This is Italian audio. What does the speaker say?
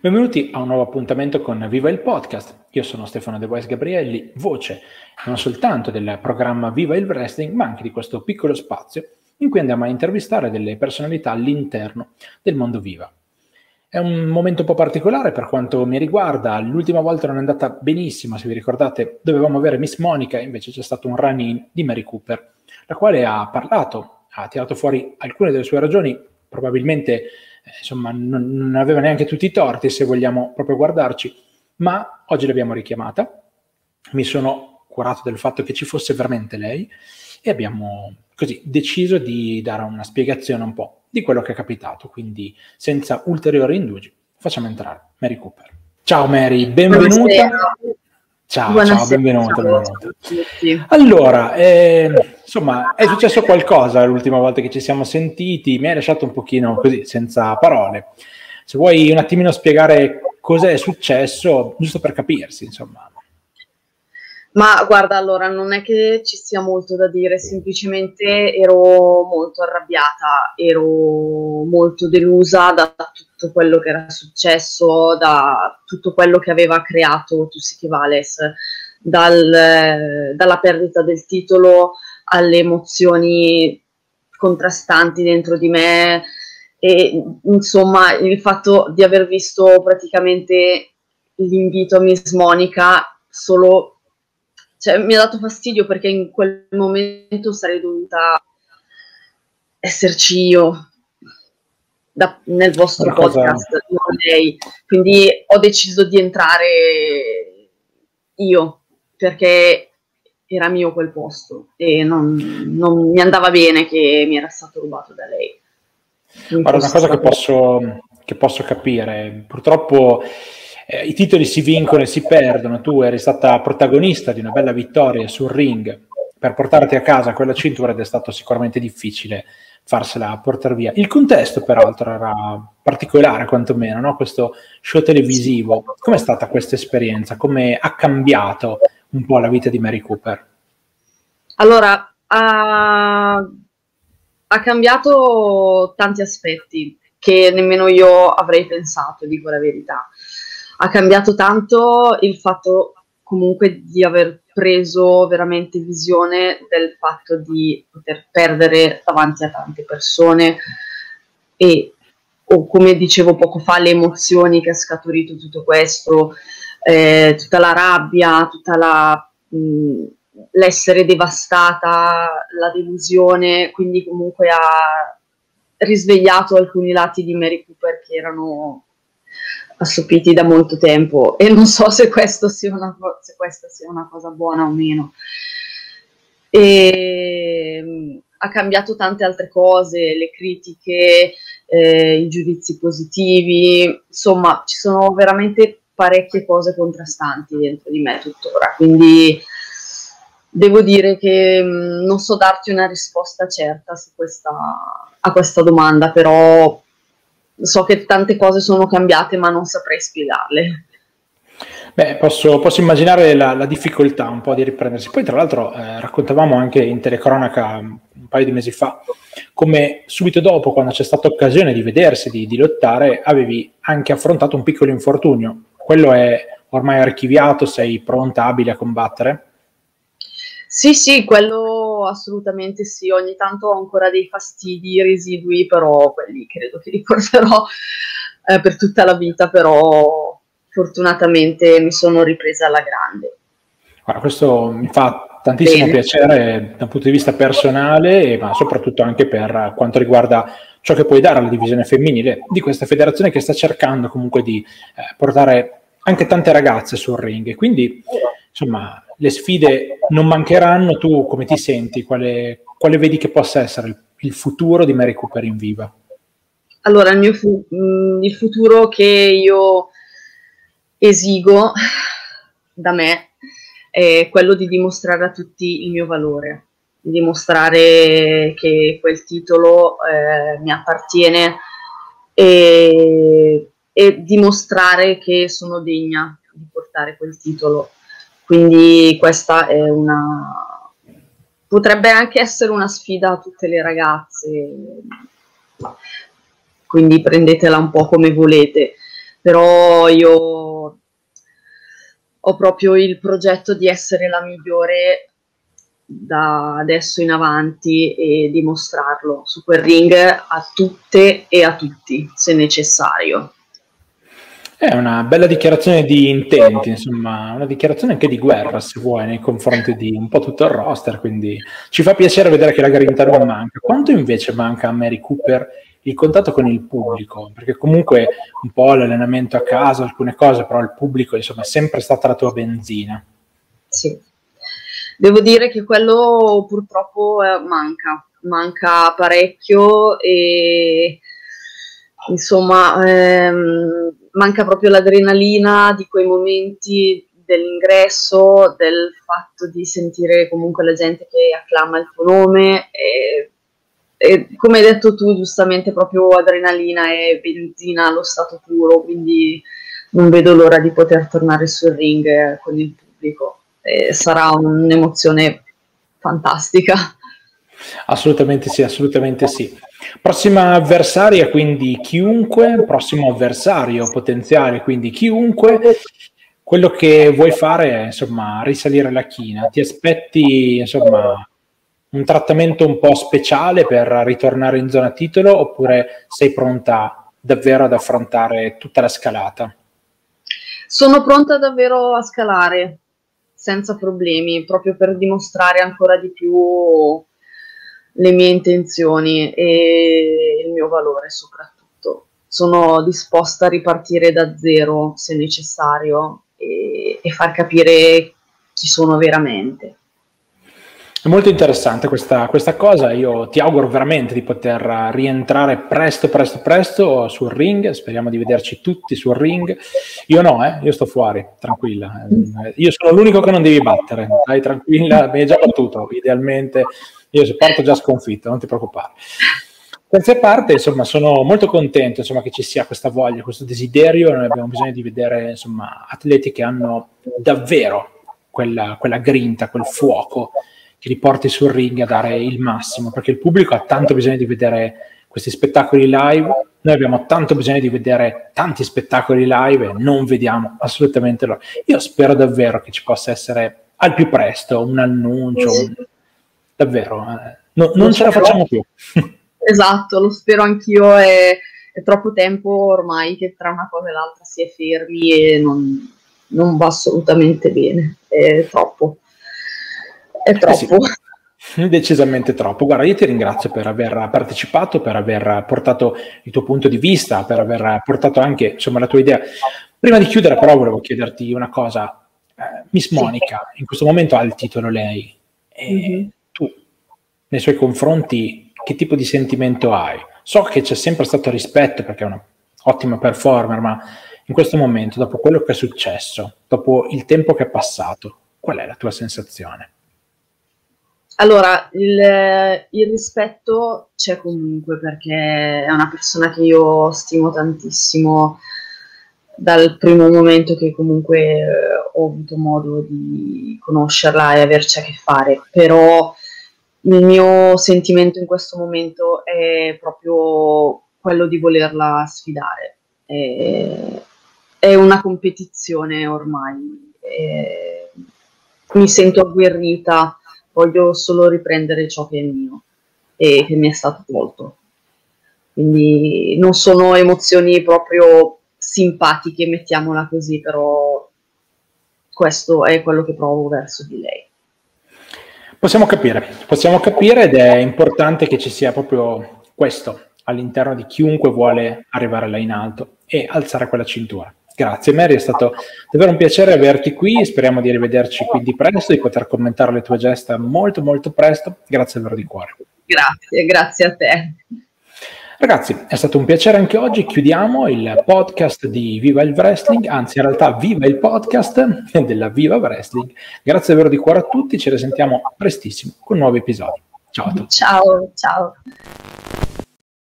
Benvenuti a un nuovo appuntamento con Viva il Podcast. Io sono Stefano De Bois Gabrielli, voce non soltanto del programma Viva il Wrestling, ma anche di questo piccolo spazio in cui andiamo a intervistare delle personalità all'interno del mondo Viva. È un momento un po' particolare per quanto mi riguarda. L'ultima volta non è andata benissimo, se vi ricordate dovevamo avere Miss Monica, invece c'è stato un run-in di Mary Cooper, la quale ha parlato, ha tirato fuori alcune delle sue ragioni, probabilmente insomma non aveva neanche tutti i torti, se vogliamo proprio guardarci, ma oggi l'abbiamo richiamata, mi sono curato del fatto che ci fosse veramente lei e abbiamo così deciso di dare una spiegazione un po' di quello che è capitato, quindi senza ulteriori indugi facciamo entrare Mary Cooper. Ciao Mary, benvenuta. Buonasera. Ciao, Buonasera. ciao, benvenuta. Ciao, benvenuta. sì. Allora, insomma, è successo qualcosa l'ultima volta che ci siamo sentiti, mi hai lasciato un pochino così, senza parole. Se vuoi un attimino spiegare cosa è successo, giusto per capirsi, insomma. Ma guarda, allora, non è che ci sia molto da dire, semplicemente ero molto arrabbiata, ero molto delusa da tutto quello che era successo, da tutto quello che aveva creato Tussi Vales, dalla perdita del titolo alle emozioni contrastanti dentro di me e insomma il fatto di aver visto praticamente l'invito a Miss Monica solo... Cioè, mi ha dato fastidio perché in quel momento sarei dovuta esserci io nel vostro podcast, non lei. Quindi ho deciso di entrare io perché era mio quel posto e non mi andava bene che mi era stato rubato da lei. Guarda, una cosa che posso capire, purtroppo i titoli si vincono e si perdono. Tu eri stata protagonista di una bella vittoria sul ring per portarti a casa quella cintura ed è stato sicuramente difficile farsela portare via. Il contesto peraltro era particolare quantomeno, no? Questo show televisivo. Com'è stata questa esperienza? Come ha cambiato un po' la vita di Mary Cooper? Allora, ha cambiato tanti aspetti che nemmeno io avrei pensato, dico la verità. Ha cambiato tanto il fatto comunque di aver preso veramente visione del fatto di poter perdere davanti a tante persone o come dicevo poco fa, le emozioni che ha scaturito tutto questo, tutta la rabbia, tutta l'essere devastata, la delusione, quindi comunque ha risvegliato alcuni lati di Mary Cooper che erano assopiti da molto tempo e non so se questa sia una cosa buona o meno. E ha cambiato tante altre cose, le critiche, i giudizi positivi, insomma ci sono veramente parecchie cose contrastanti dentro di me tuttora, quindi devo dire che non so darti una risposta certa su a questa domanda, però so che tante cose sono cambiate, ma non saprei spiegarle. Beh, posso immaginare la difficoltà un po' di riprendersi. Poi, tra l'altro, raccontavamo anche in telecronaca un paio di mesi fa come subito dopo, quando c'è stata occasione di vedersi, di lottare, avevi anche affrontato un piccolo infortunio. Quello è ormai archiviato, sei pronta, abile a combattere? Sì, quello assolutamente sì. Ogni tanto ho ancora dei fastidi residui, però quelli credo che li porterò per tutta la vita, però fortunatamente mi sono ripresa alla grande. Guarda, questo mi fa tantissimo piacere dal punto di vista personale, ma soprattutto anche per quanto riguarda ciò che puoi dare alla divisione femminile di questa federazione che sta cercando comunque di portare anche tante ragazze sul ring. Quindi, insomma, le sfide non mancheranno. Tu come ti senti? Quale vedi che possa essere il futuro di Mary Cooper in Viva? Allora, il futuro che io esigo da me è quello di dimostrare a tutti il mio valore, di dimostrare che quel titolo mi appartiene e dimostrare che sono degna di portare quel titolo. Quindi questa è potrebbe anche essere una sfida a tutte le ragazze, quindi prendetela un po' come volete. però io ho proprio il progetto di essere la migliore da adesso in avanti e dimostrarlo su quel ring a tutte e a tutti, se necessario. È una bella dichiarazione di intenti, insomma, una dichiarazione anche di guerra, se vuoi, nei confronti di un po' tutto il roster, quindi ci fa piacere vedere che la grinta non manca. Quanto invece manca a Mary Cooper il contatto con il pubblico? Perché comunque un po' l'allenamento a casa, alcune cose, però il pubblico, insomma, è sempre stata la tua benzina. Sì, devo dire che quello purtroppo manca parecchio e insomma manca proprio l'adrenalina di quei momenti dell'ingresso, del fatto di sentire comunque la gente che acclama il tuo nome e come hai detto tu giustamente proprio adrenalina e benzina allo stato puro, quindi non vedo l'ora di poter tornare sul ring con il pubblico. Sarà un'emozione fantastica. Assolutamente sì, assolutamente sì. Prossima avversaria, quindi chiunque, prossimo avversario potenziale, quindi chiunque, quello che vuoi fare è, insomma, risalire la china. Ti aspetti, insomma, un trattamento un po' speciale per ritornare in zona titolo oppure sei pronta davvero ad affrontare tutta la scalata? Sono pronta davvero a scalare senza problemi, proprio per dimostrare ancora di più le mie intenzioni e il mio valore soprattutto. Sono disposta a ripartire da zero se necessario e far capire chi sono veramente. È molto interessante questa cosa, io ti auguro veramente di poter rientrare presto sul ring, speriamo di vederci tutti sul ring. Io no, io sto fuori, tranquilla. Io sono l'unico che non devi battere, dai tranquilla, mi hai già battuto, idealmente io se parto già sconfitto, non ti preoccupare. Terza parte, insomma, sono molto contento insomma, che ci sia questa voglia, questo desiderio, noi abbiamo bisogno di vedere insomma, atleti che hanno davvero quella grinta, quel fuoco che li porti sul ring a dare il massimo, perché il pubblico ha tanto bisogno di vedere questi spettacoli live, noi abbiamo tanto bisogno di vedere tanti spettacoli live e non vediamo assolutamente loro. Io spero davvero che ci possa essere al più presto un annuncio, davvero, non ce la facciamo più. Esatto, lo spero anch'io, è troppo tempo ormai che tra una cosa e l'altra si è fermi e non va assolutamente bene, è troppo. È troppo. Sì, decisamente troppo. Guarda, io ti ringrazio per aver partecipato, per aver portato il tuo punto di vista, per aver portato anche insomma, la tua idea. Prima di chiudere però volevo chiederti una cosa. Miss Monica, in questo momento ha il titolo lei. Tu, nei suoi confronti, che tipo di sentimento hai? So che c'è sempre stato rispetto perché è un'ottima performer, ma in questo momento, dopo quello che è successo, dopo il tempo che è passato, qual è la tua sensazione? Allora, il rispetto c'è comunque perché è una persona che io stimo tantissimo dal primo momento che comunque ho avuto modo di conoscerla e averci a che fare, però il mio sentimento in questo momento è proprio quello di volerla sfidare. È una competizione ormai, mi sento agguerrita. Voglio solo riprendere ciò che è mio e che mi è stato tolto. Quindi non sono emozioni proprio simpatiche, mettiamola così, però questo è quello che provo verso di lei. Possiamo capire ed è importante che ci sia proprio questo all'interno di chiunque vuole arrivare là in alto e alzare quella cintura. Grazie Mary, è stato davvero un piacere averti qui, speriamo di rivederci quindi presto, di poter commentare le tue gesta molto molto presto, grazie davvero di cuore. Grazie a te. Ragazzi, è stato un piacere anche oggi, chiudiamo il podcast di Viva il Wrestling, anzi in realtà viva il podcast della Viva Wrestling, grazie davvero di cuore a tutti, ci risentiamo prestissimo con nuovi episodi. Ciao a tutti. Ciao.